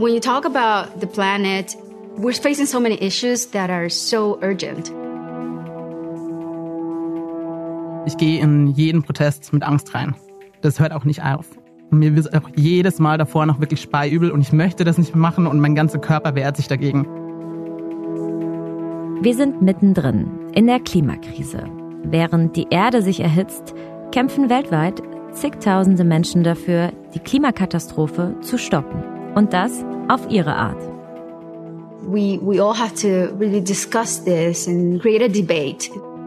When you talk about the planet, we're facing so many issues that are so urgent. Ich gehe in jeden Protest mit Angst rein. Das hört auch nicht auf. Und mir wird auch jedes Mal davor noch wirklich speiübel und ich möchte das nicht mehr machen und mein ganzer Körper wehrt sich dagegen. Wir sind mittendrin in der Klimakrise. Während die Erde sich erhitzt, kämpfen weltweit zigtausende Menschen dafür, die Klimakatastrophe zu stoppen. Und das auf ihre Art. We all have to really discuss this and create a debate.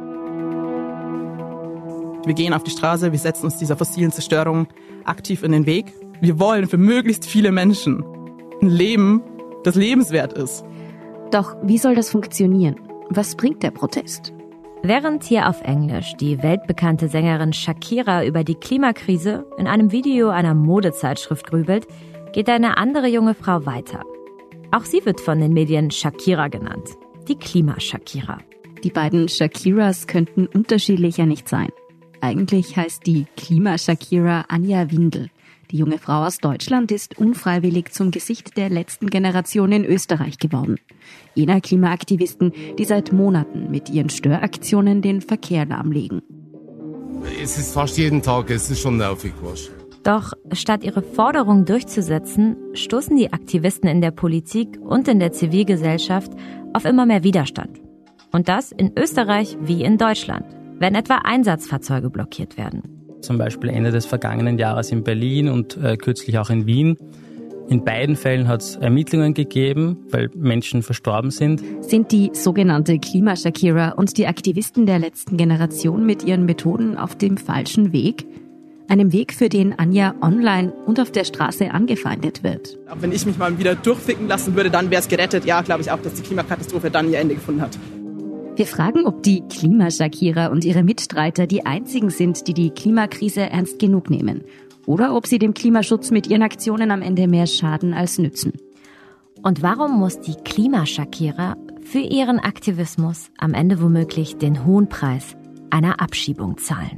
Wir gehen auf die Straße, wir setzen uns dieser fossilen Zerstörung aktiv in den Weg. Wir wollen für möglichst viele Menschen ein Leben, das lebenswert ist. Doch wie soll das funktionieren? Was bringt der Protest? Während hier auf Englisch die weltbekannte Sängerin Shakira über die Klimakrise in einem Video einer Modezeitschrift grübelt, geht eine andere junge Frau weiter. Auch sie wird von den Medien Shakira genannt. Die Klima-Shakira. Die beiden Shakiras könnten unterschiedlicher nicht sein. Eigentlich heißt die Klima-Shakira Anja Windel. Die junge Frau aus Deutschland ist unfreiwillig zum Gesicht der letzten Generation in Österreich geworden. Jener Klimaaktivisten, die seit Monaten mit ihren Störaktionen den Verkehr lahmlegen. Es ist fast jeden Tag, es ist schon nervig. Doch statt ihre Forderung durchzusetzen, stoßen die Aktivisten in der Politik und in der Zivilgesellschaft auf immer mehr Widerstand. Und das in Österreich wie in Deutschland, wenn etwa Einsatzfahrzeuge blockiert werden. Zum Beispiel Ende des vergangenen Jahres in Berlin und kürzlich auch in Wien. In beiden Fällen hat es Ermittlungen gegeben, weil Menschen verstorben sind. Sind die sogenannte Klima-Shakira und die Aktivisten der letzten Generation mit ihren Methoden auf dem falschen Weg? Einem Weg, für den Anja online und auf der Straße angefeindet wird. Auch wenn ich mich mal wieder durchficken lassen würde, dann wäre es gerettet. Ja, glaube ich auch, dass die Klimakatastrophe dann ihr Ende gefunden hat. Wir fragen, ob die Klima-Shakira und ihre Mitstreiter die einzigen sind, die die Klimakrise ernst genug nehmen. Oder ob sie dem Klimaschutz mit ihren Aktionen am Ende mehr schaden als nützen. Und warum muss die Klima-Shakira für ihren Aktivismus am Ende womöglich den hohen Preis einer Abschiebung zahlen?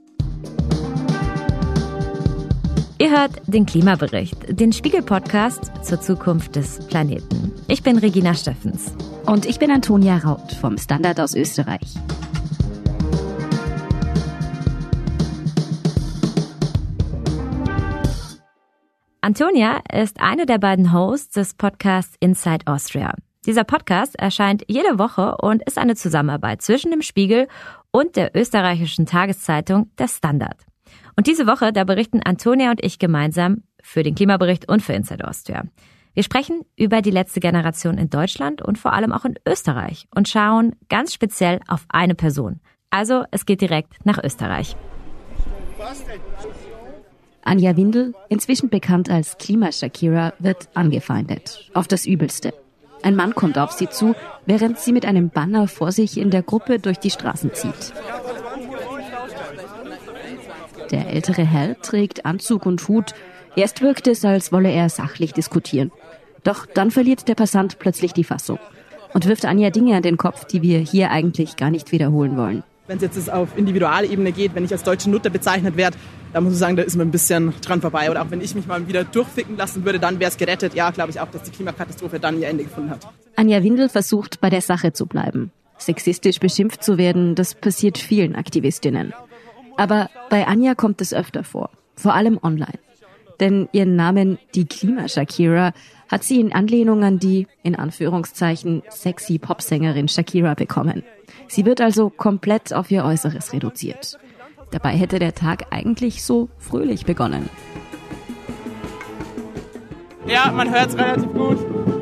Ihr hört den Klimabericht, den Spiegel-Podcast zur Zukunft des Planeten. Ich bin Regina Steffens. Und ich bin Antonia Raut vom Standard aus Österreich. Antonia ist eine der beiden Hosts des Podcasts Inside Austria. Dieser Podcast erscheint jede Woche und ist eine Zusammenarbeit zwischen dem Spiegel und der österreichischen Tageszeitung Der Standard. Und diese Woche, da berichten Antonia und ich gemeinsam für den Klimabericht und für Inside Austria. Wir sprechen über die letzte Generation in Deutschland und vor allem auch in Österreich und schauen ganz speziell auf eine Person. Also es geht direkt nach Österreich. Anja Windel, inzwischen bekannt als Klima-Shakira, wird angefeindet. Auf das Übelste. Ein Mann kommt auf sie zu, während sie mit einem Banner vor sich in der Gruppe durch die Straßen zieht. Der ältere Herr trägt Anzug und Hut. Erst wirkt es, als wolle er sachlich diskutieren. Doch dann verliert der Passant plötzlich die Fassung und wirft Anja Dinge an den Kopf, die wir hier eigentlich gar nicht wiederholen wollen. Wenn es jetzt auf Individualebene geht, wenn ich als deutsche Nutte bezeichnet werde, da muss ich sagen, da ist man ein bisschen dran vorbei. Oder auch wenn ich mich mal wieder durchficken lassen würde, dann wäre es gerettet. Ja, glaube ich auch, dass die Klimakatastrophe dann ihr Ende gefunden hat. Anja Windel versucht, bei der Sache zu bleiben. Sexistisch beschimpft zu werden, das passiert vielen Aktivistinnen. Aber bei Anja kommt es öfter vor, vor allem online. Denn ihren Namen, die Klima-Shakira, hat sie in Anlehnung an die, in Anführungszeichen, sexy Popsängerin Shakira bekommen. Sie wird also komplett auf ihr Äußeres reduziert. Dabei hätte der Tag eigentlich so fröhlich begonnen. Ja, man hört es relativ gut.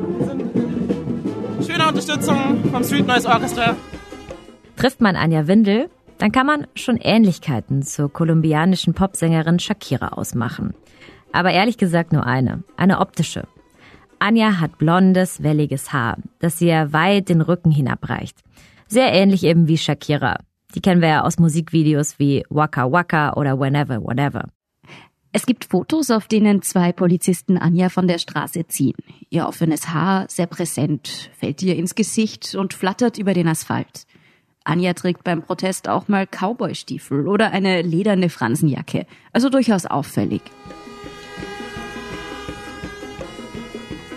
Schöne Unterstützung vom Street Noise Orchestra. Trifft man Anja Windel, dann kann man schon Ähnlichkeiten zur kolumbianischen Popsängerin Shakira ausmachen. Aber ehrlich gesagt nur eine optische. Anja hat blondes, welliges Haar, das ihr weit den Rücken hinabreicht. Sehr ähnlich eben wie Shakira. Die kennen wir ja aus Musikvideos wie Waka Waka oder Whenever, Whatever. Es gibt Fotos, auf denen zwei Polizisten Anja von der Straße ziehen. Ihr offenes Haar, sehr präsent, fällt ihr ins Gesicht und flattert über den Asphalt. Anja trägt beim Protest auch mal Cowboystiefel oder eine lederne Fransenjacke, also durchaus auffällig.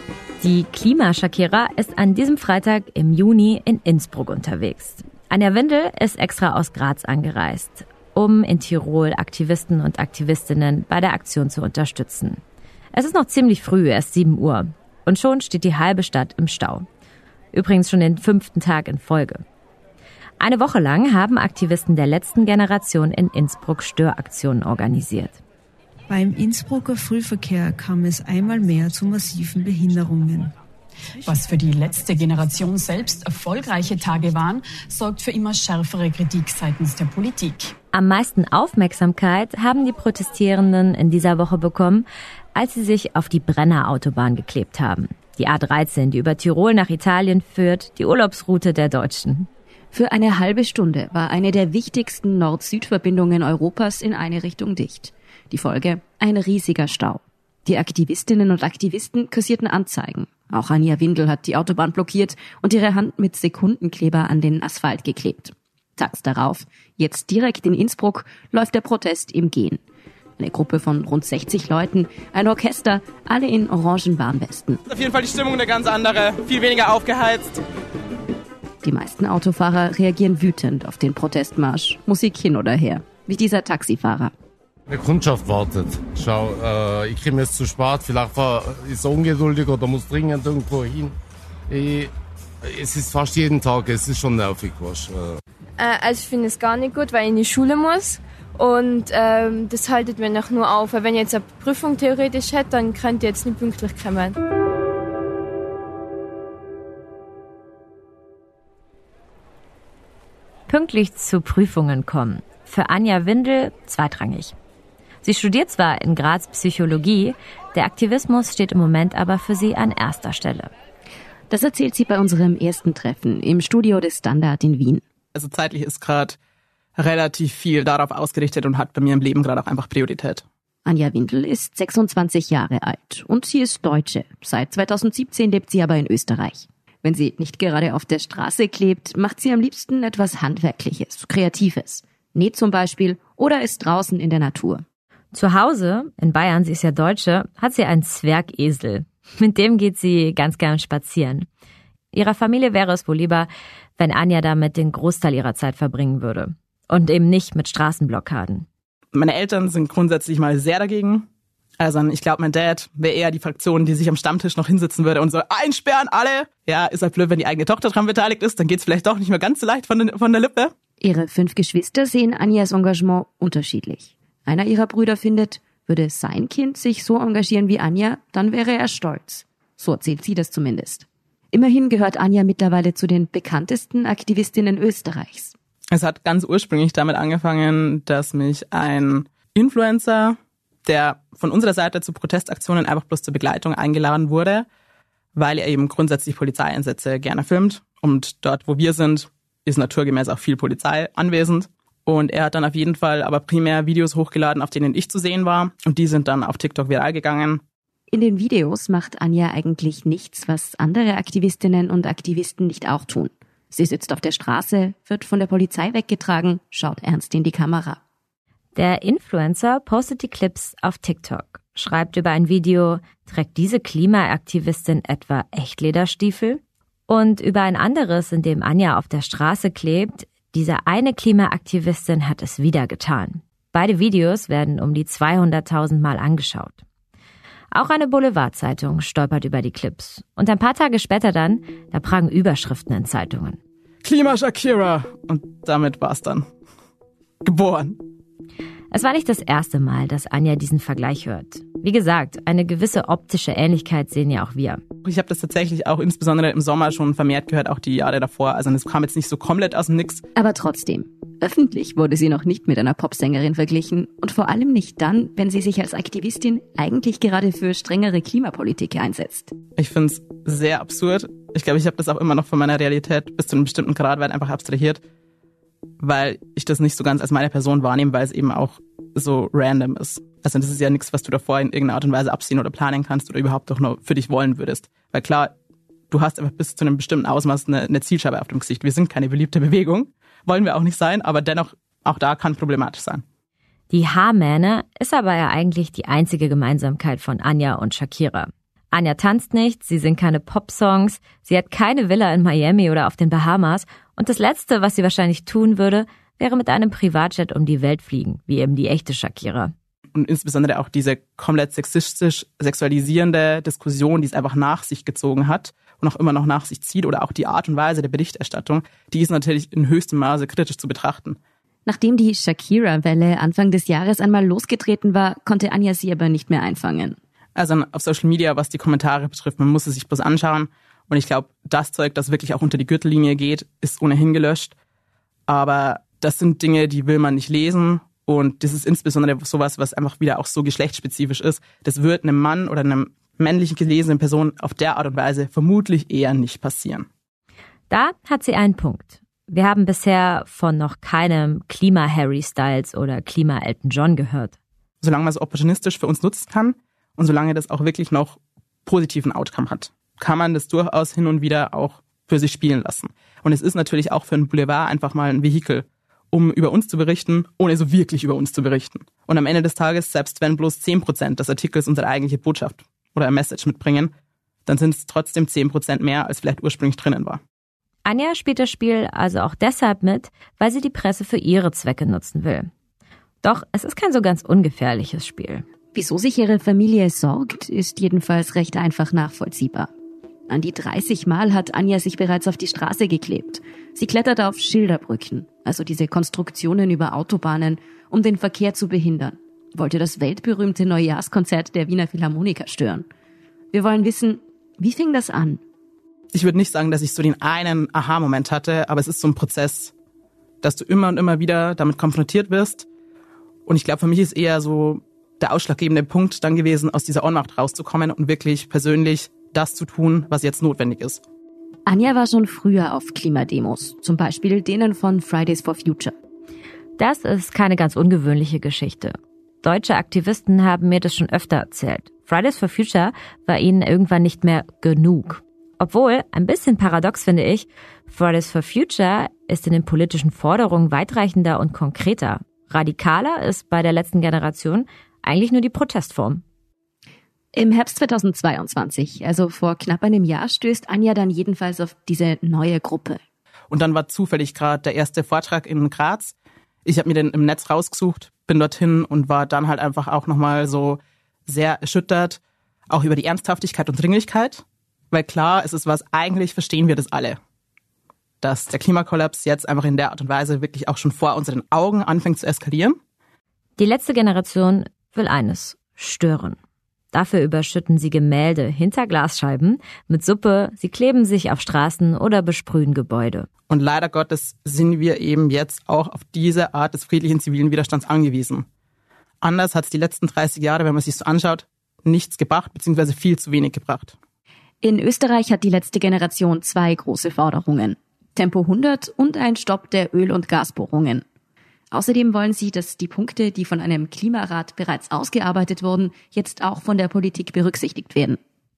Die Klima-Shakira ist an diesem Freitag im Juni in Innsbruck unterwegs. Anja Windel ist extra aus Graz angereist, um in Tirol Aktivisten und Aktivistinnen bei der Aktion zu unterstützen. Es ist noch ziemlich früh, erst 7 Uhr. Und schon steht die halbe Stadt im Stau. Übrigens schon den 5. Tag in Folge. Eine Woche lang haben Aktivisten der letzten Generation in Innsbruck Störaktionen organisiert. Beim Innsbrucker Frühverkehr kam es einmal mehr zu massiven Behinderungen. Was für die letzte Generation selbst erfolgreiche Tage waren, sorgt für immer schärfere Kritik seitens der Politik. Am meisten Aufmerksamkeit haben die Protestierenden in dieser Woche bekommen, als sie sich auf die Brenner-Autobahn geklebt haben. Die A13, die über Tirol nach Italien führt, die Urlaubsroute der Deutschen. Für eine halbe Stunde war eine der wichtigsten Nord-Süd-Verbindungen Europas in eine Richtung dicht. Die Folge? Ein riesiger Stau. Die Aktivistinnen und Aktivisten kassierten Anzeigen. Auch Anja Windel hat die Autobahn blockiert und ihre Hand mit Sekundenkleber an den Asphalt geklebt. Tags darauf, jetzt direkt in Innsbruck, läuft der Protest im Gehen. Eine Gruppe von rund 60 Leuten, ein Orchester, alle in orangen Warnwesten. Auf jeden Fall die Stimmung eine ganz andere, viel weniger aufgeheizt. Die meisten Autofahrer reagieren wütend auf den Protestmarsch, Musik hin oder her, wie dieser Taxifahrer. Die Kundschaft wartet. Schau, ich komme jetzt zu spät, vielleicht ist er ungeduldig oder muss dringend irgendwo hin. Es ist fast jeden Tag, es ist schon nervig. Also ich finde es gar nicht gut, weil ich in die Schule muss. Und das haltet mir noch nur auf. Weil wenn ich jetzt eine Prüfung theoretisch hätte, dann könnte ich jetzt nicht pünktlich kommen. Pünktlich zu Prüfungen kommen. Für Anja Windel zweitrangig. Sie studiert zwar in Graz Psychologie, der Aktivismus steht im Moment aber für sie an erster Stelle. Das erzählt sie bei unserem ersten Treffen im Studio des Standard in Wien. Also zeitlich ist gerade relativ viel darauf ausgerichtet und hat bei mir im Leben gerade auch einfach Priorität. Anja Windel ist 26 Jahre alt und sie ist Deutsche. Seit 2017 lebt sie aber in Österreich. Wenn sie nicht gerade auf der Straße klebt, macht sie am liebsten etwas Handwerkliches, Kreatives. Näht zum Beispiel oder ist draußen in der Natur. Zu Hause, in Bayern, sie ist ja Deutsche, hat sie einen Zwergesel. Mit dem geht sie ganz gern spazieren. Ihrer Familie wäre es wohl lieber, wenn Anja damit den Großteil ihrer Zeit verbringen würde. Und eben nicht mit Straßenblockaden. Meine Eltern sind grundsätzlich mal sehr dagegen. Also ich glaube, mein Dad wäre eher die Fraktion, die sich am Stammtisch noch hinsitzen würde und so, einsperren alle. Ja, ist halt blöd, wenn die eigene Tochter daran beteiligt ist, dann geht's vielleicht doch nicht mehr ganz so leicht von der Lippe. Ihre 5 Geschwister sehen Anjas Engagement unterschiedlich. Einer ihrer Brüder findet, würde sein Kind sich so engagieren wie Anja, dann wäre er stolz. So erzählt sie das zumindest. Immerhin gehört Anja mittlerweile zu den bekanntesten Aktivistinnen Österreichs. Es hat ganz ursprünglich damit angefangen, dass mich ein Influencer, der von unserer Seite zu Protestaktionen einfach bloß zur Begleitung eingeladen wurde, weil er eben grundsätzlich Polizeieinsätze gerne filmt. Und dort, wo wir sind, ist naturgemäß auch viel Polizei anwesend. Und er hat dann auf jeden Fall aber primär Videos hochgeladen, auf denen ich zu sehen war. Und die sind dann auf TikTok viral gegangen. In den Videos macht Anja eigentlich nichts, was andere Aktivistinnen und Aktivisten nicht auch tun. Sie sitzt auf der Straße, wird von der Polizei weggetragen, schaut ernst in die Kamera. Der Influencer postet die Clips auf TikTok, schreibt über ein Video, trägt diese Klimaaktivistin etwa Echtlederstiefel? Und über ein anderes, in dem Anja auf der Straße klebt, diese eine Klimaaktivistin hat es wieder getan. Beide Videos werden um die 200.000 Mal angeschaut. Auch eine Boulevardzeitung stolpert über die Clips. Und ein paar Tage später dann, da prangen Überschriften in Zeitungen. Klima-Shakira. Und damit war's dann. Geboren. Es war nicht das erste Mal, dass Anja diesen Vergleich hört. Wie gesagt, eine gewisse optische Ähnlichkeit sehen ja auch wir. Ich habe das tatsächlich auch insbesondere im Sommer schon vermehrt gehört, auch die Jahre davor. Also das kam jetzt nicht so komplett aus dem Nix. Aber trotzdem, öffentlich wurde sie noch nicht mit einer Popsängerin verglichen. Und vor allem nicht dann, wenn sie sich als Aktivistin eigentlich gerade für strengere Klimapolitik einsetzt. Ich finde es sehr absurd. Ich glaube, ich habe das auch immer noch von meiner Realität bis zu einem bestimmten Grad weit einfach abstrahiert, weil ich das nicht so ganz als meine Person wahrnehme, weil es eben auch so random ist. Also das ist ja nichts, was du davor in irgendeiner Art und Weise absehen oder planen kannst oder überhaupt doch nur für dich wollen würdest. Weil klar, du hast einfach bis zu einem bestimmten Ausmaß eine Zielscheibe auf dem Gesicht. Wir sind keine beliebte Bewegung, wollen wir auch nicht sein, aber dennoch, auch da kann problematisch sein. Die Haarmähne ist aber ja eigentlich die einzige Gemeinsamkeit von Anja und Shakira. Anja tanzt nicht, sie singt keine Popsongs, sie hat keine Villa in Miami oder auf den Bahamas und das Letzte, was sie wahrscheinlich tun würde, wäre mit einem Privatjet um die Welt fliegen, wie eben die echte Shakira. Und insbesondere auch diese komplett sexistisch sexualisierende Diskussion, die es einfach nach sich gezogen hat und auch immer noch nach sich zieht, oder auch die Art und Weise der Berichterstattung, die ist natürlich in höchstem Maße kritisch zu betrachten. Nachdem die Shakira-Welle Anfang des Jahres einmal losgetreten war, konnte Anja sie aber nicht mehr einfangen. Also auf Social Media, was die Kommentare betrifft, man muss es sich bloß anschauen. Und ich glaube, das Zeug, das wirklich auch unter die Gürtellinie geht, ist ohnehin gelöscht. Aber das sind Dinge, die will man nicht lesen. Und das ist insbesondere sowas, was einfach wieder auch so geschlechtsspezifisch ist. Das wird einem Mann oder einem männlich gelesenen Person auf der Art und Weise vermutlich eher nicht passieren. Da hat sie einen Punkt. Wir haben bisher von noch keinem Klima-Harry Styles oder Klima-Elton John gehört. Solange man es opportunistisch für uns nutzen kann und solange das auch wirklich noch positiven Outcome hat, kann man das durchaus hin und wieder auch für sich spielen lassen. Und es ist natürlich auch für einen Boulevard einfach mal ein Vehikel, um über uns zu berichten, ohne so wirklich über uns zu berichten. Und am Ende des Tages, selbst wenn bloß 10% des Artikels unsere eigentliche Botschaft oder ein Message mitbringen, dann sind es trotzdem 10% mehr, als vielleicht ursprünglich drinnen war. Anja spielt das Spiel also auch deshalb mit, weil sie die Presse für ihre Zwecke nutzen will. Doch es ist kein so ganz ungefährliches Spiel. Wieso sich ihre Familie sorgt, ist jedenfalls recht einfach nachvollziehbar. An die 30 Mal hat Anja sich bereits auf die Straße geklebt. Sie klettert auf Schilderbrücken, also diese Konstruktionen über Autobahnen, um den Verkehr zu behindern. Wollte das weltberühmte Neujahrskonzert der Wiener Philharmoniker stören. Wir wollen wissen, wie fing das an? Ich würde nicht sagen, dass ich so den einen Aha-Moment hatte, aber es ist so ein Prozess, dass du immer und immer wieder damit konfrontiert wirst. Und ich glaube, für mich ist eher so der ausschlaggebende Punkt dann gewesen, aus dieser Ohnmacht rauszukommen und wirklich persönlich das zu tun, was jetzt notwendig ist. Anja war schon früher auf Klimademos, zum Beispiel denen von Fridays for Future. Das ist keine ganz ungewöhnliche Geschichte. Deutsche Aktivisten haben mir das schon öfter erzählt. Fridays for Future war ihnen irgendwann nicht mehr genug. Obwohl, ein bisschen paradox finde ich, Fridays for Future ist in den politischen Forderungen weitreichender und konkreter. Radikaler ist bei der letzten Generation eigentlich nur die Protestform. Im Herbst 2022, also vor knapp einem Jahr, stößt Anja dann jedenfalls auf diese neue Gruppe. Und dann war zufällig gerade der erste Vortrag in Graz. Ich habe mir den im Netz rausgesucht, bin dorthin und war dann halt einfach auch nochmal so sehr erschüttert, auch über die Ernsthaftigkeit und Dringlichkeit. Weil klar, es ist was, eigentlich verstehen wir das alle. Dass der Klimakollaps jetzt einfach in der Art und Weise wirklich auch schon vor unseren Augen anfängt zu eskalieren. Die letzte Generation will eines: stören. Dafür überschütten sie Gemälde hinter Glasscheiben mit Suppe, sie kleben sich auf Straßen oder besprühen Gebäude. Und leider Gottes sind wir eben jetzt auch auf diese Art des friedlichen zivilen Widerstands angewiesen. Anders hat es die letzten 30 Jahre, wenn man sich so anschaut, nichts gebracht, beziehungsweise viel zu wenig gebracht. In Österreich hat die letzte Generation 2 große Forderungen. Tempo 100 und ein Stopp der Öl- und Gasbohrungen. Außerdem wollen sie, dass die Punkte, die von einem Klimarat bereits ausgearbeitet wurden, jetzt auch von der Politik berücksichtigt werden.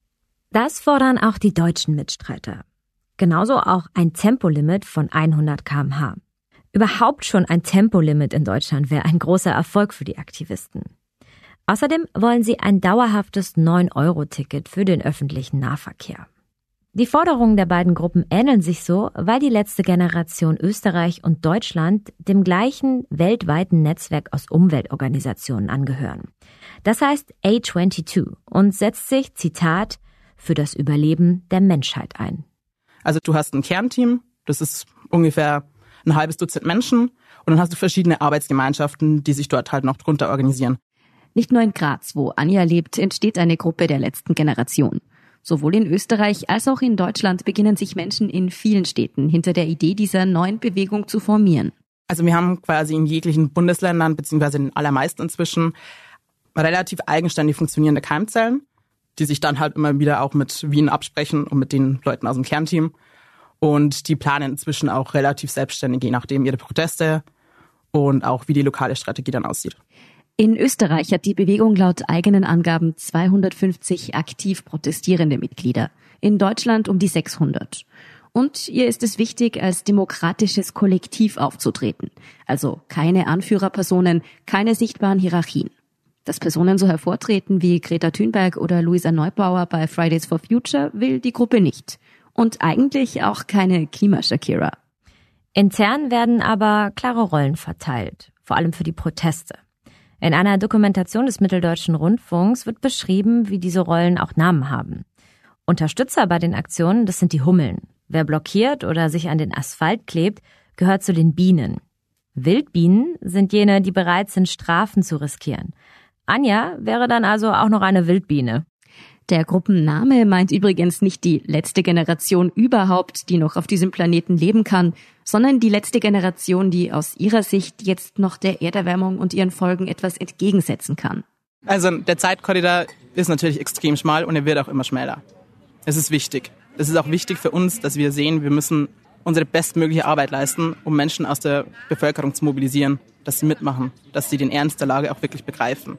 Das fordern auch die deutschen Mitstreiter. Genauso auch ein Tempolimit von 100 km/h. Überhaupt schon ein Tempolimit in Deutschland wäre ein großer Erfolg für die Aktivisten. Außerdem wollen sie ein dauerhaftes 9-Euro-Ticket für den öffentlichen Nahverkehr. Die Forderungen der beiden Gruppen ähneln sich so, weil die letzte Generation Österreich und Deutschland dem gleichen weltweiten Netzwerk aus Umweltorganisationen angehören. Das heißt A22 und setzt sich, Zitat, für das Überleben der Menschheit ein. Also du hast ein Kernteam, das ist ungefähr ein halbes Dutzend Menschen und dann hast du verschiedene Arbeitsgemeinschaften, die sich dort halt noch drunter organisieren. Nicht nur in Graz, wo Anja lebt, entsteht eine Gruppe der letzten Generation. Sowohl in Österreich als auch in Deutschland beginnen sich Menschen in vielen Städten hinter der Idee dieser neuen Bewegung zu formieren. Also wir haben quasi in jeglichen Bundesländern, beziehungsweise in den allermeisten inzwischen, relativ eigenständig funktionierende Keimzellen, die sich dann halt immer wieder auch mit Wien absprechen und mit den Leuten aus dem Kernteam. Und die planen inzwischen auch relativ selbstständig, je nachdem ihre Proteste und auch wie die lokale Strategie dann aussieht. In Österreich hat die Bewegung laut eigenen Angaben 250 aktiv protestierende Mitglieder, in Deutschland um die 600. Und ihr ist es wichtig, als demokratisches Kollektiv aufzutreten, also keine Anführerpersonen, keine sichtbaren Hierarchien. Dass Personen so hervortreten wie Greta Thunberg oder Luisa Neubauer bei Fridays for Future will die Gruppe nicht. Und eigentlich auch keine Klima-Shakira. Intern werden aber klare Rollen verteilt, vor allem für die Proteste. In einer Dokumentation des Mitteldeutschen Rundfunks wird beschrieben, wie diese Rollen auch Namen haben. Unterstützer bei den Aktionen, das sind die Hummeln. Wer blockiert oder sich an den Asphalt klebt, gehört zu den Bienen. Wildbienen sind jene, die bereit sind, Strafen zu riskieren. Anja wäre dann also auch noch eine Wildbiene. Der Gruppenname meint übrigens nicht die letzte Generation überhaupt, die noch auf diesem Planeten leben kann, sondern die letzte Generation, die aus ihrer Sicht jetzt noch der Erderwärmung und ihren Folgen etwas entgegensetzen kann. Also der Zeitkorridor ist natürlich extrem schmal und er wird auch immer schmäler. Es ist wichtig. Es ist auch wichtig für uns, dass wir sehen, wir müssen unsere bestmögliche Arbeit leisten, um Menschen aus der Bevölkerung zu mobilisieren, dass sie mitmachen, dass sie den Ernst der Lage auch wirklich begreifen.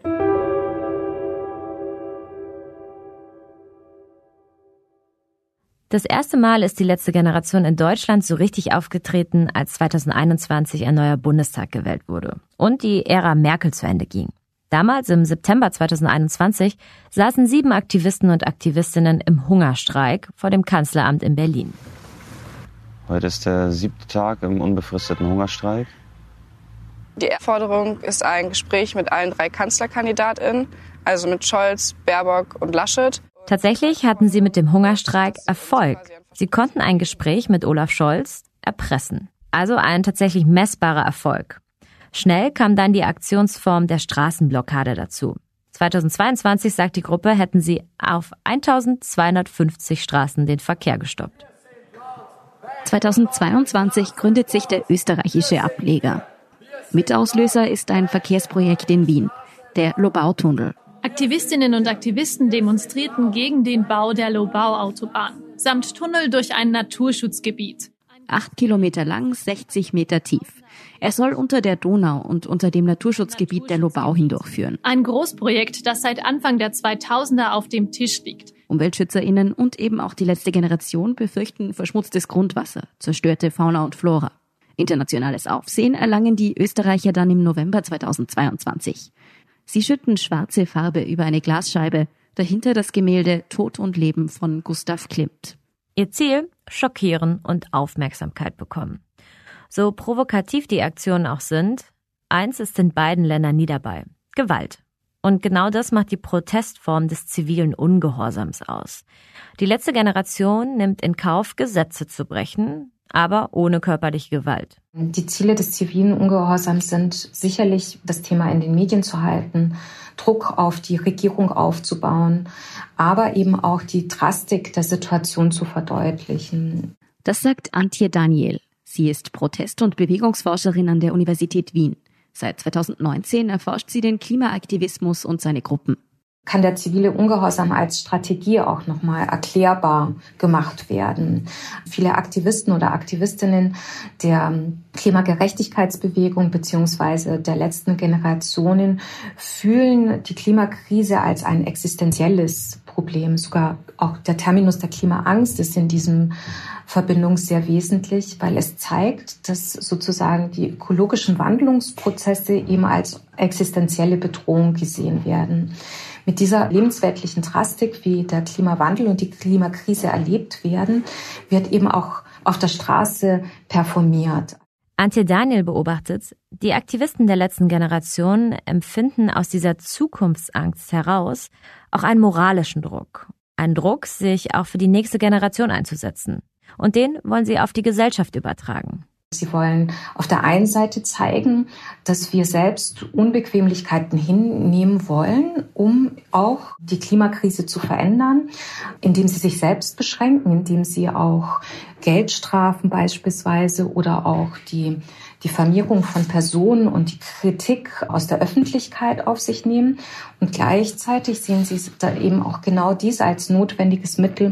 Das erste Mal ist die letzte Generation in Deutschland so richtig aufgetreten, als 2021 ein neuer Bundestag gewählt wurde und die Ära Merkel zu Ende ging. Damals, im September 2021, saßen 7 Aktivisten und Aktivistinnen im Hungerstreik vor dem Kanzleramt in Berlin. Heute ist der 7. Tag im unbefristeten Hungerstreik. Die Forderung ist ein Gespräch mit allen 3 KanzlerkandidatInnen, also mit Scholz, Baerbock und Laschet. Tatsächlich hatten sie mit dem Hungerstreik Erfolg. Sie konnten ein Gespräch mit Olaf Scholz erpressen. Also ein tatsächlich messbarer Erfolg. Schnell kam dann die Aktionsform der Straßenblockade dazu. 2022, sagt die Gruppe, hätten sie auf 1250 Straßen den Verkehr gestoppt. 2022 gründet sich der österreichische Ableger. Mitauslöser ist ein Verkehrsprojekt in Wien, der Lobau-Tunnel. Aktivistinnen und Aktivisten demonstrierten gegen den Bau der Lobau-Autobahn samt Tunnel durch ein Naturschutzgebiet. 8 Kilometer lang, 60 Meter tief. Er soll unter der Donau und unter dem Naturschutzgebiet der Lobau hindurchführen. Ein Großprojekt, das seit Anfang der 2000er auf dem Tisch liegt. UmweltschützerInnen und eben auch die letzte Generation befürchten verschmutztes Grundwasser, zerstörte Fauna und Flora. Internationales Aufsehen erlangen die Österreicher dann im November 2022. Sie schütten schwarze Farbe über eine Glasscheibe, dahinter das Gemälde Tod und Leben von Gustav Klimt. Ihr Ziel? Schockieren und Aufmerksamkeit bekommen. So provokativ die Aktionen auch sind, eins ist in beiden Ländern nie dabei: Gewalt. Und genau das macht die Protestform des zivilen Ungehorsams aus. Die letzte Generation nimmt in Kauf, Gesetze zu brechen, aber ohne körperliche Gewalt. Die Ziele des zivilen Ungehorsams sind sicherlich, das Thema in den Medien zu halten, Druck auf die Regierung aufzubauen, aber eben auch die Drastik der Situation zu verdeutlichen. Das sagt Antje Daniel. Sie ist Protest- und Bewegungsforscherin an der Universität Wien. Seit 2019 erforscht sie den Klimaaktivismus und seine Gruppen. Kann der zivile Ungehorsam als Strategie auch nochmal erklärbar gemacht werden. Viele Aktivisten oder Aktivistinnen der Klimagerechtigkeitsbewegung bzw. der letzten Generationen fühlen die Klimakrise als ein existenzielles Problem. Sogar auch der Terminus der Klimaangst ist in diesem Verbindung sehr wesentlich, weil es zeigt, dass sozusagen die ökologischen Wandlungsprozesse eben als existenzielle Bedrohung gesehen werden. Mit dieser lebensweltlichen Drastik, wie der Klimawandel und die Klimakrise erlebt werden, wird eben auch auf der Straße performiert. Antje Daniel beobachtet, die Aktivisten der letzten Generation empfinden aus dieser Zukunftsangst heraus auch einen moralischen Druck. Einen Druck, sich auch für die nächste Generation einzusetzen. Und den wollen sie auf die Gesellschaft übertragen. Sie wollen auf der einen Seite zeigen, dass wir selbst Unbequemlichkeiten hinnehmen wollen, um auch die Klimakrise zu verändern, indem sie sich selbst beschränken, indem sie auch Geldstrafen beispielsweise oder auch die Diffamierung von Personen und die Kritik aus der Öffentlichkeit auf sich nehmen. Und gleichzeitig sehen sie da eben auch genau dies als notwendiges Mittel,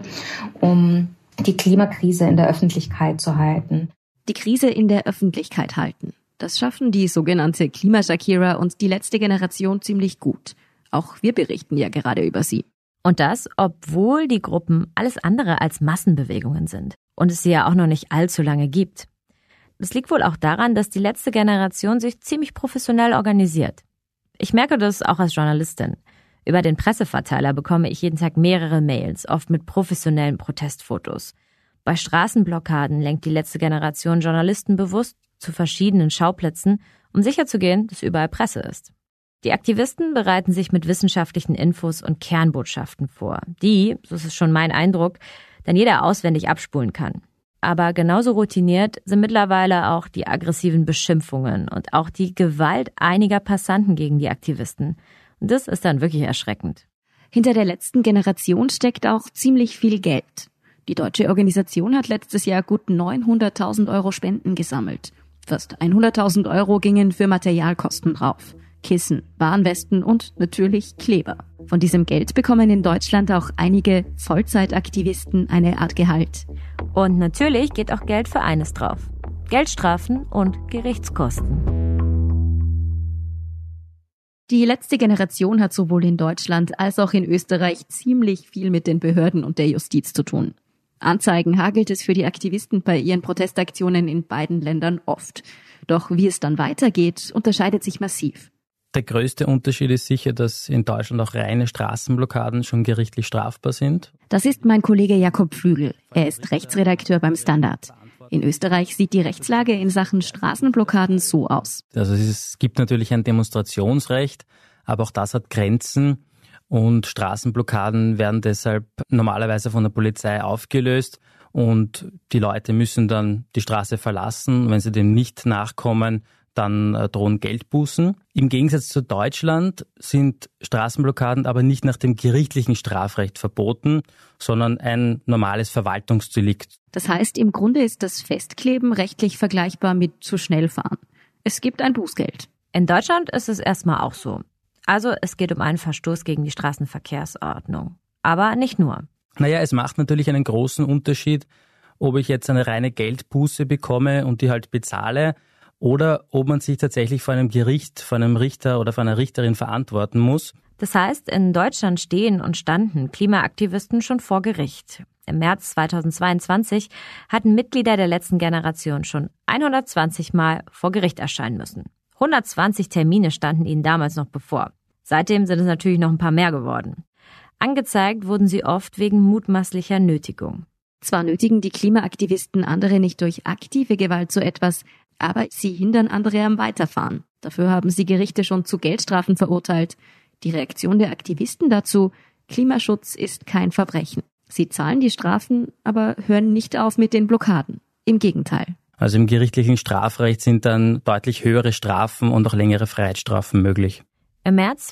um die Klimakrise in der Öffentlichkeit zu halten. Die Krise in der Öffentlichkeit halten. Das schaffen die sogenannte Klima-Shakira und die letzte Generation ziemlich gut. Auch wir berichten ja gerade über sie. Und das, obwohl die Gruppen alles andere als Massenbewegungen sind und es sie ja auch noch nicht allzu lange gibt. Das liegt wohl auch daran, dass die letzte Generation sich ziemlich professionell organisiert. Ich merke das auch als Journalistin. Über den Presseverteiler bekomme ich jeden Tag mehrere Mails, oft mit professionellen Protestfotos. Bei Straßenblockaden lenkt die letzte Generation Journalisten bewusst zu verschiedenen Schauplätzen, um sicherzugehen, dass überall Presse ist. Die Aktivisten bereiten sich mit wissenschaftlichen Infos und Kernbotschaften vor, die, so ist es schon mein Eindruck, dann jeder auswendig abspulen kann. Aber genauso routiniert sind mittlerweile auch die aggressiven Beschimpfungen und auch die Gewalt einiger Passanten gegen die Aktivisten. Und das ist dann wirklich erschreckend. Hinter der letzten Generation steckt auch ziemlich viel Geld. Die deutsche Organisation hat letztes Jahr gut 900.000 Euro Spenden gesammelt. Fast 100.000 Euro gingen für Materialkosten drauf. Kissen, Warnwesten und natürlich Kleber. Von diesem Geld bekommen in Deutschland auch einige Vollzeitaktivisten eine Art Gehalt. Und natürlich geht auch Geld für eines drauf: Geldstrafen und Gerichtskosten. Die letzte Generation hat sowohl in Deutschland als auch in Österreich ziemlich viel mit den Behörden und der Justiz zu tun. Anzeigen hagelt es für die Aktivisten bei ihren Protestaktionen in beiden Ländern oft. Doch wie es dann weitergeht, unterscheidet sich massiv. Der größte Unterschied ist sicher, dass in Deutschland auch reine Straßenblockaden schon gerichtlich strafbar sind. Das ist mein Kollege Jakob Flügel. Er ist Rechtsredakteur beim Standard. In Österreich sieht die Rechtslage in Sachen Straßenblockaden so aus. Also es gibt natürlich ein Demonstrationsrecht, aber auch das hat Grenzen. Und Straßenblockaden werden deshalb normalerweise von der Polizei aufgelöst und die Leute müssen dann die Straße verlassen. Wenn sie dem nicht nachkommen, dann drohen Geldbußen. Im Gegensatz zu Deutschland sind Straßenblockaden aber nicht nach dem gerichtlichen Strafrecht verboten, sondern ein normales Verwaltungsdelikt. Das heißt, im Grunde ist das Festkleben rechtlich vergleichbar mit zu schnell fahren. Es gibt ein Bußgeld. In Deutschland ist es erstmal auch so. Also es geht um einen Verstoß gegen die Straßenverkehrsordnung. Aber nicht nur. Naja, es macht natürlich einen großen Unterschied, ob ich jetzt eine reine Geldbuße bekomme und die halt bezahle, oder ob man sich tatsächlich vor einem Gericht, vor einem Richter oder vor einer Richterin verantworten muss. Das heißt, in Deutschland stehen und standen Klimaaktivisten schon vor Gericht. Im März 2022 hatten Mitglieder der letzten Generation schon 120 Mal vor Gericht erscheinen müssen. 120 Termine standen ihnen damals noch bevor. Seitdem sind es natürlich noch ein paar mehr geworden. Angezeigt wurden sie oft wegen mutmaßlicher Nötigung. Zwar nötigen die Klimaaktivisten andere nicht durch aktive Gewalt so etwas, aber sie hindern andere am Weiterfahren. Dafür haben sie Gerichte schon zu Geldstrafen verurteilt. Die Reaktion der Aktivisten dazu: Klimaschutz ist kein Verbrechen. Sie zahlen die Strafen, aber hören nicht auf mit den Blockaden. Im Gegenteil. Also im gerichtlichen Strafrecht sind dann deutlich höhere Strafen und auch längere Freiheitsstrafen möglich. Im März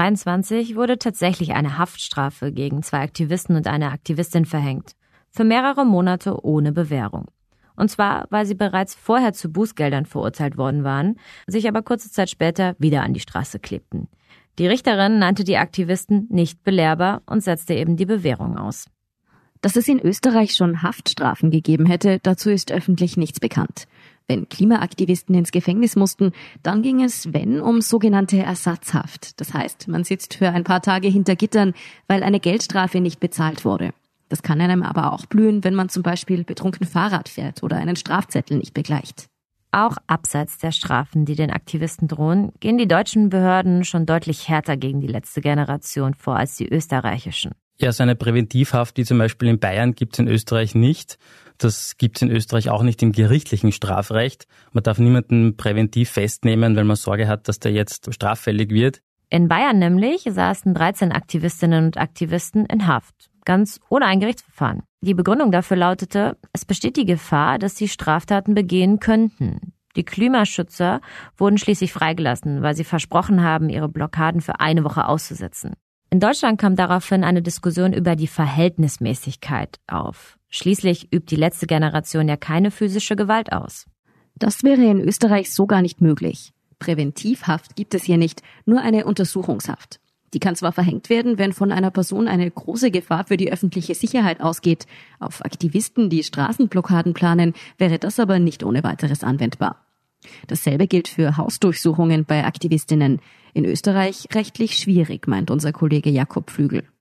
2023 wurde tatsächlich eine Haftstrafe gegen 2 Aktivisten und eine Aktivistin verhängt. Für mehrere Monate ohne Bewährung. Und zwar, weil sie bereits vorher zu Bußgeldern verurteilt worden waren, sich aber kurze Zeit später wieder an die Straße klebten. Die Richterin nannte die Aktivisten nicht belehrbar und setzte eben die Bewährung aus. Dass es in Österreich schon Haftstrafen gegeben hätte, dazu ist öffentlich nichts bekannt. Wenn Klimaaktivisten ins Gefängnis mussten, dann ging es, um sogenannte Ersatzhaft. Das heißt, man sitzt für ein paar Tage hinter Gittern, weil eine Geldstrafe nicht bezahlt wurde. Das kann einem aber auch blühen, wenn man zum Beispiel betrunken Fahrrad fährt oder einen Strafzettel nicht begleicht. Auch abseits der Strafen, die den Aktivisten drohen, gehen die deutschen Behörden schon deutlich härter gegen die letzte Generation vor als die österreichischen. Ja, so eine Präventivhaft wie zum Beispiel in Bayern gibt es in Österreich nicht. Das gibt es in Österreich auch nicht im gerichtlichen Strafrecht. Man darf niemanden präventiv festnehmen, weil man Sorge hat, dass der jetzt straffällig wird. In Bayern nämlich saßen 13 Aktivistinnen und Aktivisten in Haft, ganz ohne ein Gerichtsverfahren. Die Begründung dafür lautete: Es besteht die Gefahr, dass sie Straftaten begehen könnten. Die Klimaschützer wurden schließlich freigelassen, weil sie versprochen haben, ihre Blockaden für eine Woche auszusetzen. In Deutschland kam daraufhin eine Diskussion über die Verhältnismäßigkeit auf. Schließlich übt die letzte Generation ja keine physische Gewalt aus. Das wäre in Österreich so gar nicht möglich. Präventivhaft gibt es hier nicht, nur eine Untersuchungshaft. Die kann zwar verhängt werden, wenn von einer Person eine große Gefahr für die öffentliche Sicherheit ausgeht. Auf Aktivisten, die Straßenblockaden planen, wäre das aber nicht ohne weiteres anwendbar. Dasselbe gilt für Hausdurchsuchungen bei Aktivistinnen. In Österreich rechtlich schwierig, meint unser Kollege Jakob Flügel.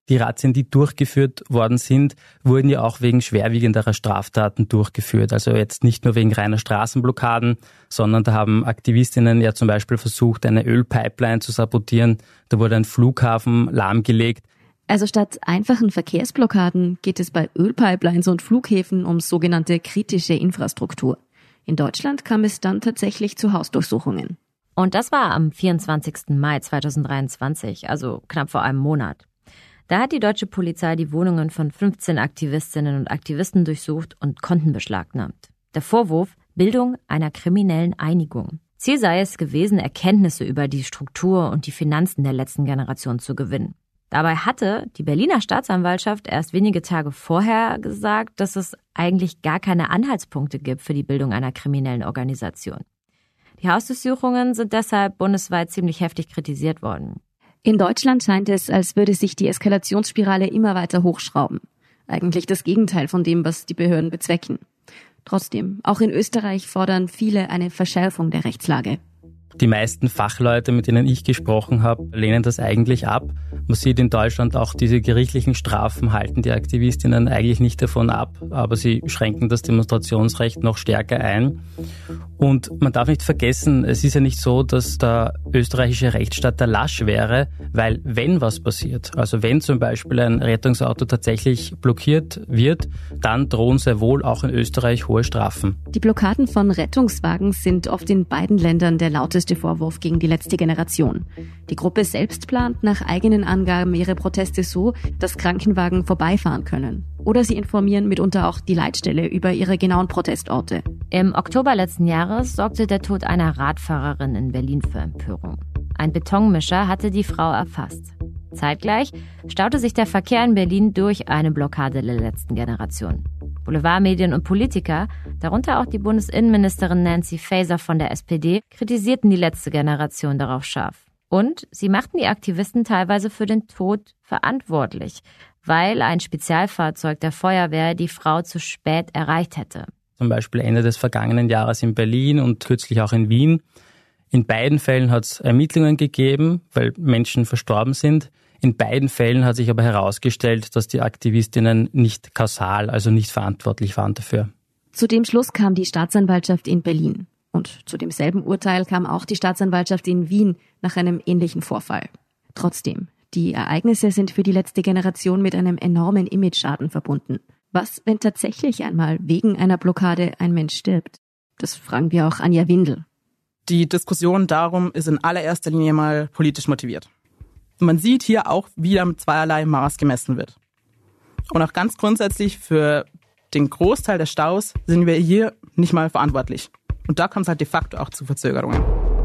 Die Razzien, die durchgeführt worden sind, wurden ja auch wegen schwerwiegenderer Straftaten durchgeführt. Also jetzt nicht nur wegen reiner Straßenblockaden, sondern da haben Aktivistinnen ja zum Beispiel versucht, eine Ölpipeline zu sabotieren. Da wurde ein Flughafen lahmgelegt. Also statt einfachen Verkehrsblockaden geht es bei Ölpipelines und Flughäfen um sogenannte kritische Infrastruktur. In Deutschland kam es dann tatsächlich zu Hausdurchsuchungen. Und das war am 24. Mai 2023, also knapp vor einem Monat. Da hat die deutsche Polizei die Wohnungen von 15 Aktivistinnen und Aktivisten durchsucht und Konten beschlagnahmt. Der Vorwurf: Bildung einer kriminellen Einigung. Ziel sei es gewesen, Erkenntnisse über die Struktur und die Finanzen der letzten Generation zu gewinnen. Dabei hatte die Berliner Staatsanwaltschaft erst wenige Tage vorher gesagt, dass es eigentlich gar keine Anhaltspunkte gibt für die Bildung einer kriminellen Organisation. Die Hausdurchsuchungen sind deshalb bundesweit ziemlich heftig kritisiert worden. In Deutschland scheint es, als würde sich die Eskalationsspirale immer weiter hochschrauben. Eigentlich das Gegenteil von dem, was die Behörden bezwecken. Trotzdem, auch in Österreich fordern viele eine Verschärfung der Rechtslage. Die meisten Fachleute, mit denen ich gesprochen habe, lehnen das eigentlich ab. Man sieht in Deutschland auch diese gerichtlichen Strafen, halten die Aktivistinnen eigentlich nicht davon ab, aber sie schränken das Demonstrationsrecht noch stärker ein. Und man darf nicht vergessen, es ist ja nicht so, dass der österreichische Rechtsstaat der lasch wäre, weil wenn was passiert, also wenn zum Beispiel ein Rettungsauto tatsächlich blockiert wird, dann drohen sehr wohl auch in Österreich hohe Strafen. Die Blockaden von Rettungswagen sind oft in beiden Ländern der lauteste Vorwurf gegen die letzte Generation. Die Gruppe selbst plant nach eigenen Angaben ihre Proteste so, dass Krankenwagen vorbeifahren können. Oder sie informieren mitunter auch die Leitstelle über ihre genauen Protestorte. Im Oktober letzten Jahres sorgte der Tod einer Radfahrerin in Berlin für Empörung. Ein Betonmischer hatte die Frau erfasst. Zeitgleich staute sich der Verkehr in Berlin durch eine Blockade der letzten Generation. Boulevardmedien und Politiker, darunter auch die Bundesinnenministerin Nancy Faeser von der SPD, kritisierten die letzte Generation darauf scharf. Und sie machten die Aktivisten teilweise für den Tod verantwortlich, weil ein Spezialfahrzeug der Feuerwehr die Frau zu spät erreicht hätte. Zum Beispiel Ende des vergangenen Jahres in Berlin und kürzlich auch in Wien. In beiden Fällen hat es Ermittlungen gegeben, weil Menschen verstorben sind. In beiden Fällen hat sich aber herausgestellt, dass die Aktivistinnen nicht kausal, also nicht verantwortlich waren dafür. Zu dem Schluss kam die Staatsanwaltschaft in Berlin. Und zu demselben Urteil kam auch die Staatsanwaltschaft in Wien nach einem ähnlichen Vorfall. Trotzdem, die Ereignisse sind für die letzte Generation mit einem enormen Imageschaden verbunden. Was, wenn tatsächlich einmal wegen einer Blockade ein Mensch stirbt? Das fragen wir auch Anja Windel. Die Diskussion darum ist in allererster Linie mal politisch motiviert. Man sieht hier auch, wie mit zweierlei Maß gemessen wird. Und auch ganz grundsätzlich für den Großteil der Staus sind wir hier nicht mal verantwortlich. Und da kommt es halt de facto auch zu Verzögerungen.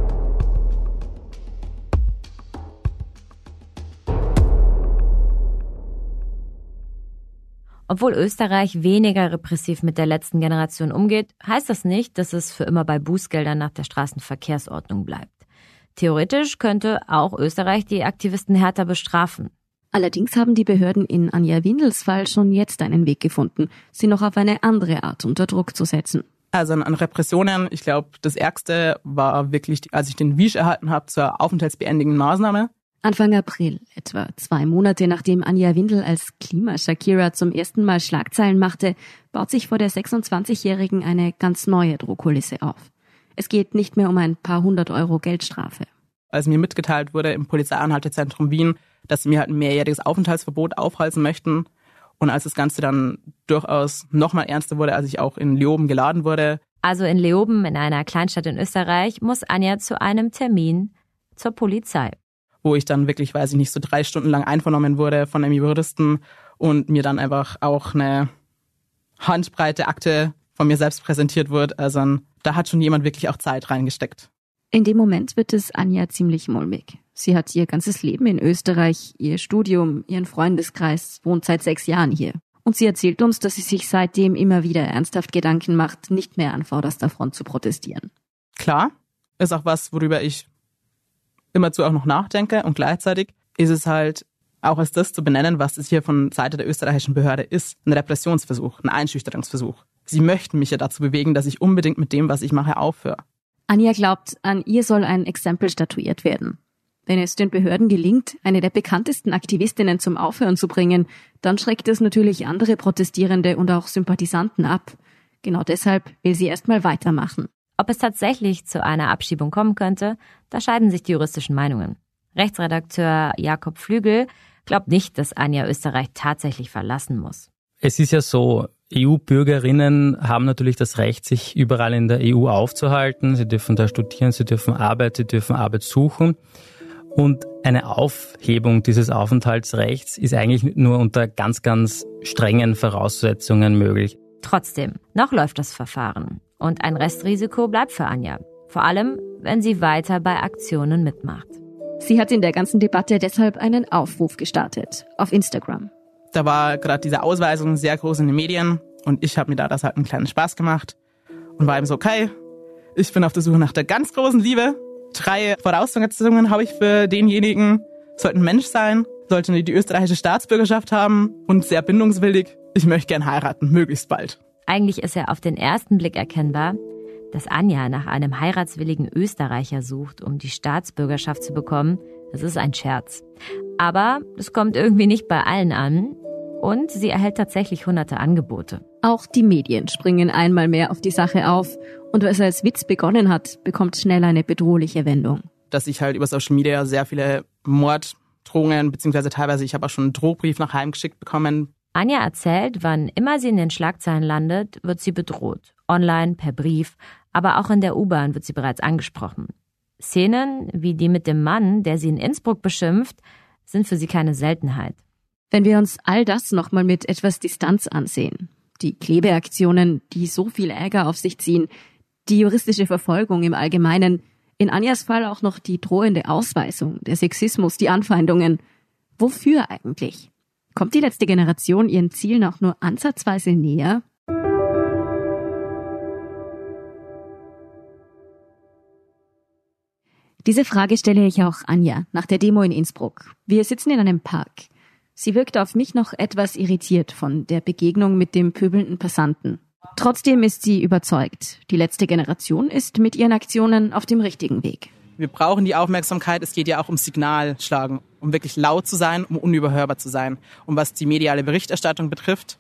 Obwohl Österreich weniger repressiv mit der letzten Generation umgeht, heißt das nicht, dass es für immer bei Bußgeldern nach der Straßenverkehrsordnung bleibt. Theoretisch könnte auch Österreich die Aktivisten härter bestrafen. Allerdings haben die Behörden in Anja Windels Fall schon jetzt einen Weg gefunden, sie noch auf eine andere Art unter Druck zu setzen. Also an Repressionen, ich glaube, das Ärgste war wirklich, als ich den Wisch erhalten habe zur aufenthaltsbeendigenden Maßnahme. Anfang April, etwa 2 Monate nachdem Anja Windel als Klima-Shakira zum ersten Mal Schlagzeilen machte, baut sich vor der 26-Jährigen eine ganz neue Drohkulisse auf. Es geht nicht mehr um ein paar 100 Euro Geldstrafe. Als mir mitgeteilt wurde im Polizeianhaltezentrum Wien, dass sie mir halt ein mehrjähriges Aufenthaltsverbot aufhalsen möchten, und als das Ganze dann durchaus noch mal ernster wurde, als ich auch in Leoben geladen wurde. Also in Leoben, in einer Kleinstadt in Österreich, muss Anja zu einem Termin zur Polizei. Wo ich dann wirklich, weiß ich nicht, so 3 Stunden lang einvernommen wurde von einem Juristen und mir dann einfach auch eine handbreite Akte von mir selbst präsentiert wird. Also da hat schon jemand wirklich auch Zeit reingesteckt. In dem Moment wird es Anja ziemlich mulmig. Sie hat ihr ganzes Leben in Österreich, ihr Studium, ihren Freundeskreis, wohnt seit 6 Jahren hier. Und sie erzählt uns, dass sie sich seitdem immer wieder ernsthaft Gedanken macht, nicht mehr an vorderster Front zu protestieren. Klar, ist auch was, worüber ich immerzu auch noch nachdenke, und gleichzeitig ist es halt auch als das zu benennen, was es hier von Seite der österreichischen Behörde ist. Ein Repressionsversuch, ein Einschüchterungsversuch. Sie möchten mich ja dazu bewegen, dass ich unbedingt mit dem, was ich mache, aufhöre. Anja glaubt, an ihr soll ein Exempel statuiert werden. Wenn es den Behörden gelingt, eine der bekanntesten Aktivistinnen zum Aufhören zu bringen, dann schreckt es natürlich andere Protestierende und auch Sympathisanten ab. Genau deshalb will sie erstmal weitermachen. Ob es tatsächlich zu einer Abschiebung kommen könnte, da scheiden sich die juristischen Meinungen. Rechtsredakteur Jakob Flügel glaubt nicht, dass Anja Österreich tatsächlich verlassen muss. Es ist ja so, EU-Bürgerinnen haben natürlich das Recht, sich überall in der EU aufzuhalten. Sie dürfen da studieren, sie dürfen Arbeit suchen. Und eine Aufhebung dieses Aufenthaltsrechts ist eigentlich nur unter ganz, ganz strengen Voraussetzungen möglich. Trotzdem, noch läuft das Verfahren. Und ein Restrisiko bleibt für Anja. Vor allem, wenn sie weiter bei Aktionen mitmacht. Sie hat in der ganzen Debatte deshalb einen Aufruf gestartet auf Instagram. Da war gerade diese Ausweisung sehr groß in den Medien und ich habe mir da das halt einen kleinen Spaß gemacht und war eben so, okay, ich bin auf der Suche nach der ganz großen Liebe. 3 Voraussetzungen habe ich für denjenigen. Sollte ein Mensch sein, sollte die österreichische Staatsbürgerschaft haben und sehr bindungswillig. Ich möchte gern heiraten, möglichst bald. Eigentlich ist ja auf den ersten Blick erkennbar, dass Anja nach einem heiratswilligen Österreicher sucht, um die Staatsbürgerschaft zu bekommen. Das ist ein Scherz. Aber das kommt irgendwie nicht bei allen an. Und sie erhält tatsächlich hunderte Angebote. Auch die Medien springen einmal mehr auf die Sache auf. Und was als Witz begonnen hat, bekommt schnell eine bedrohliche Wendung. Dass ich halt über Social Media sehr viele Morddrohungen, beziehungsweise teilweise, ich habe auch schon einen Drohbrief nach Heim geschickt bekommen. Anja erzählt, wann immer sie in den Schlagzeilen landet, wird sie bedroht. Online, per Brief, aber auch in der U-Bahn wird sie bereits angesprochen. Szenen wie die mit dem Mann, der sie in Innsbruck beschimpft, sind für sie keine Seltenheit. Wenn wir uns all das nochmal mit etwas Distanz ansehen, die Klebeaktionen, die so viel Ärger auf sich ziehen, die juristische Verfolgung im Allgemeinen, in Anjas Fall auch noch die drohende Ausweisung, der Sexismus, die Anfeindungen. Wofür eigentlich? Kommt die letzte Generation ihren Zielen auch nur ansatzweise näher? Diese Frage stelle ich auch Anja nach der Demo in Innsbruck. Wir sitzen in einem Park. Sie wirkt auf mich noch etwas irritiert von der Begegnung mit dem pöbelnden Passanten. Trotzdem ist sie überzeugt, die letzte Generation ist mit ihren Aktionen auf dem richtigen Weg. Wir brauchen die Aufmerksamkeit, es geht ja auch um Signalschlagen, um wirklich laut zu sein, um unüberhörbar zu sein. Und was die mediale Berichterstattung betrifft,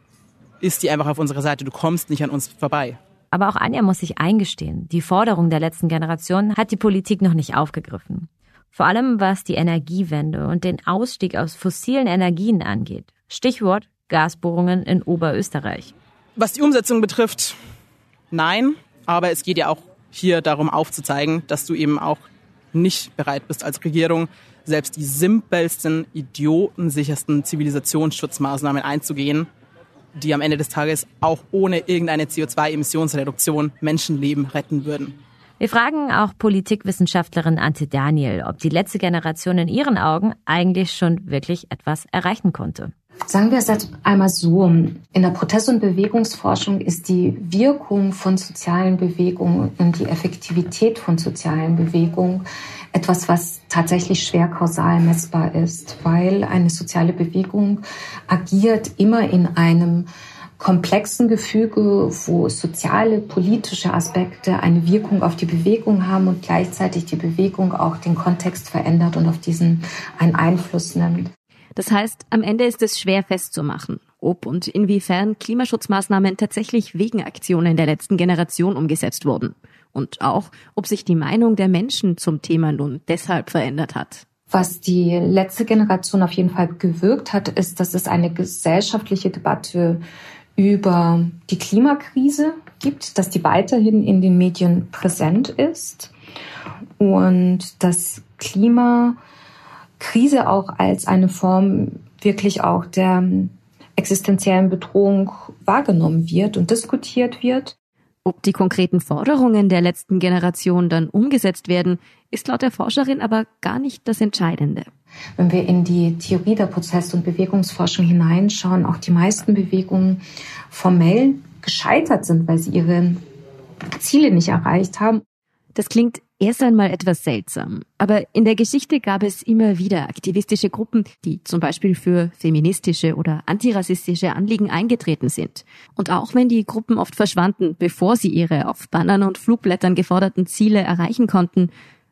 ist die einfach auf unserer Seite, du kommst nicht an uns vorbei. Aber auch Anja muss sich eingestehen, die Forderung der letzten Generation hat die Politik noch nicht aufgegriffen. Vor allem was die Energiewende und den Ausstieg aus fossilen Energien angeht. Stichwort Gasbohrungen in Oberösterreich. Was die Umsetzung betrifft, nein, aber es geht ja auch hier darum aufzuzeigen, dass du eben auch nicht bereit bist als Regierung, selbst die simpelsten, idiotensichersten Zivilisationsschutzmaßnahmen einzugehen, die am Ende des Tages auch ohne irgendeine CO2-Emissionsreduktion Menschenleben retten würden. Wir fragen auch Politikwissenschaftlerin Antje Daniel, ob die letzte Generation in ihren Augen eigentlich schon wirklich etwas erreichen konnte. Sagen wir es jetzt einmal so, in der Protest- und Bewegungsforschung ist die Wirkung von sozialen Bewegungen und die Effektivität von sozialen Bewegungen etwas, was tatsächlich schwer kausal messbar ist, weil eine soziale Bewegung agiert immer in einem komplexen Gefüge, wo soziale, politische Aspekte eine Wirkung auf die Bewegung haben und gleichzeitig die Bewegung auch den Kontext verändert und auf diesen einen Einfluss nimmt. Das heißt, am Ende ist es schwer festzumachen, ob und inwiefern Klimaschutzmaßnahmen tatsächlich wegen Aktionen der letzten Generation umgesetzt wurden. Und auch, ob sich die Meinung der Menschen zum Thema nun deshalb verändert hat. Was die letzte Generation auf jeden Fall gewirkt hat, ist, dass es eine gesellschaftliche Debatte über die Klimakrise gibt, dass die weiterhin in den Medien präsent ist und dass Klimakrise auch als eine Form wirklich auch der existenziellen Bedrohung wahrgenommen wird und diskutiert wird. Ob die konkreten Forderungen der letzten Generation dann umgesetzt werden, ist laut der Forscherin aber gar nicht das Entscheidende. Wenn wir in die Theorie der Prozess- und Bewegungsforschung hineinschauen, auch die meisten Bewegungen formell gescheitert sind, weil sie ihre Ziele nicht erreicht haben. Das klingt erst einmal etwas seltsam. Aber in der Geschichte gab es immer wieder aktivistische Gruppen, die zum Beispiel für feministische oder antirassistische Anliegen eingetreten sind. Und auch wenn die Gruppen oft verschwanden, bevor sie ihre auf Bannern und Flugblättern geforderten Ziele erreichen konnten,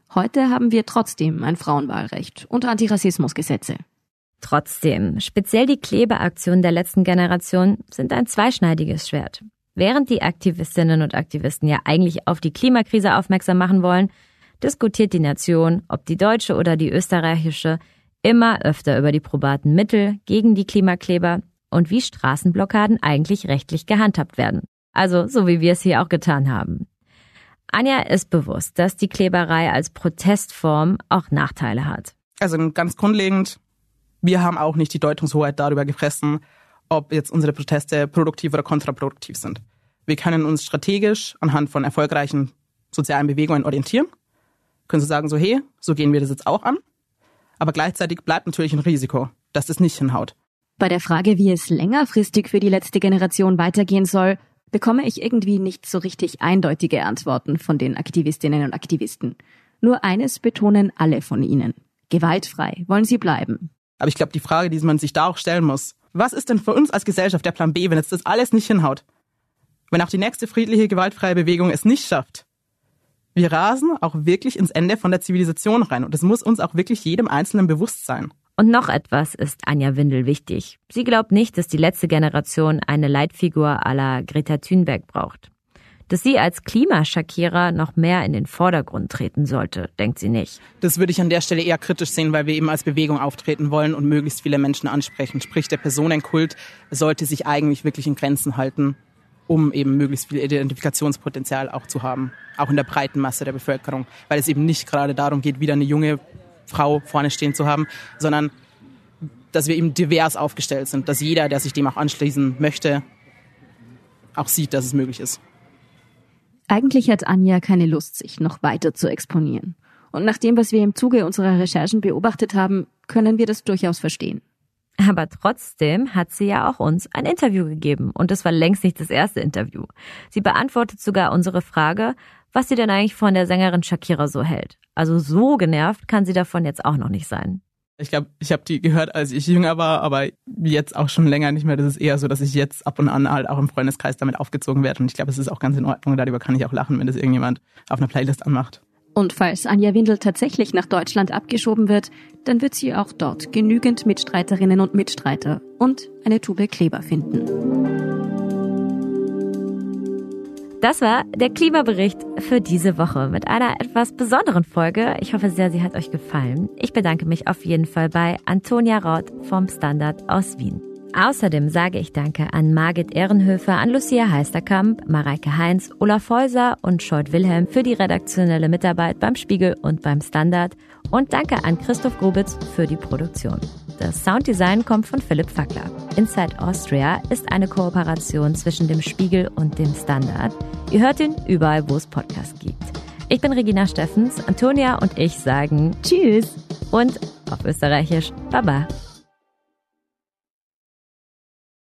Heute haben wir trotzdem ein Frauenwahlrecht und Antirassismusgesetze. Trotzdem, speziell die Klebeaktionen der letzten Generation sind ein zweischneidiges Schwert. Während die Aktivistinnen und Aktivisten ja eigentlich auf die Klimakrise aufmerksam machen wollen, diskutiert die Nation, ob die deutsche oder die österreichische, immer öfter über die probaten Mittel gegen die Klimakleber und wie Straßenblockaden eigentlich rechtlich gehandhabt werden. Also so wie wir es hier auch getan haben. Anja ist bewusst, dass die Kleberei als Protestform auch Nachteile hat. Also ganz grundlegend, wir haben auch nicht die Deutungshoheit darüber gefressen, ob jetzt unsere Proteste produktiv oder kontraproduktiv sind. Wir können uns strategisch anhand von erfolgreichen sozialen Bewegungen orientieren, können so sagen, so hey, so gehen wir das jetzt auch an, aber gleichzeitig bleibt natürlich ein Risiko, dass das nicht hinhaut. Bei der Frage, wie es längerfristig für die letzte Generation weitergehen soll, bekomme ich irgendwie nicht so richtig eindeutige Antworten von den Aktivistinnen und Aktivisten. Nur eines betonen alle von ihnen. Gewaltfrei wollen sie bleiben. Aber ich glaube, die Frage, die man sich da auch stellen muss, was ist denn für uns als Gesellschaft der Plan B, wenn jetzt das alles nicht hinhaut? Wenn auch die nächste friedliche, gewaltfreie Bewegung es nicht schafft? Wir rasen auch wirklich ins Ende von der Zivilisation rein. Und das muss uns auch wirklich jedem Einzelnen bewusst sein. Und noch etwas ist Anja Windel wichtig. Sie glaubt nicht, dass die letzte Generation eine Leitfigur à la Greta Thunberg braucht. Dass sie als Klimaschakierer noch mehr in den Vordergrund treten sollte, denkt sie nicht. Das würde ich an der Stelle eher kritisch sehen, weil wir eben als Bewegung auftreten wollen und möglichst viele Menschen ansprechen. Sprich, der Personenkult sollte sich eigentlich wirklich in Grenzen halten, um eben möglichst viel Identifikationspotenzial auch zu haben. Auch in der breiten Masse der Bevölkerung. Weil es eben nicht gerade darum geht, wieder eine junge Frau vorne stehen zu haben, sondern dass wir eben divers aufgestellt sind. Dass jeder, der sich dem auch anschließen möchte, auch sieht, dass es möglich ist. Eigentlich hat Anja keine Lust, sich noch weiter zu exponieren. Und nach dem, was wir im Zuge unserer Recherchen beobachtet haben, können wir das durchaus verstehen. Aber trotzdem hat sie ja auch uns ein Interview gegeben. Und das war längst nicht das erste Interview. Sie beantwortet sogar unsere Frage, was sie denn eigentlich von der Sängerin Shakira so hält. Also so genervt kann sie davon jetzt auch noch nicht sein. Ich glaube, ich habe die gehört, als ich jünger war, aber jetzt auch schon länger nicht mehr. Das ist eher so, dass ich jetzt ab und an halt auch im Freundeskreis damit aufgezogen werde. Und ich glaube, es ist auch ganz in Ordnung. Darüber kann ich auch lachen, wenn das irgendjemand auf einer Playlist anmacht. Und falls Anja Windel tatsächlich nach Deutschland abgeschoben wird, dann wird sie auch dort genügend Mitstreiterinnen und Mitstreiter und eine Tube Kleber finden. Das war der Klimabericht für diese Woche mit einer etwas besonderen Folge. Ich hoffe sehr, sie hat euch gefallen. Ich bedanke mich auf jeden Fall bei Antonia Raut vom Standard aus Wien. Außerdem sage ich Danke an Margit Ehrenhöfer, an Lucia Heisterkamp, Mareike Heinz, Olaf Häuser und Scholt Wilhelm für die redaktionelle Mitarbeit beim Spiegel und beim Standard. Und danke an Christoph Grubitz für die Produktion. Das Sounddesign kommt von Philipp Fackler. Inside Austria ist eine Kooperation zwischen dem Spiegel und dem Standard. Ihr hört ihn überall, wo es Podcasts gibt. Ich bin Regina Steffens, Antonia und ich sagen Tschüss und auf Österreichisch Baba.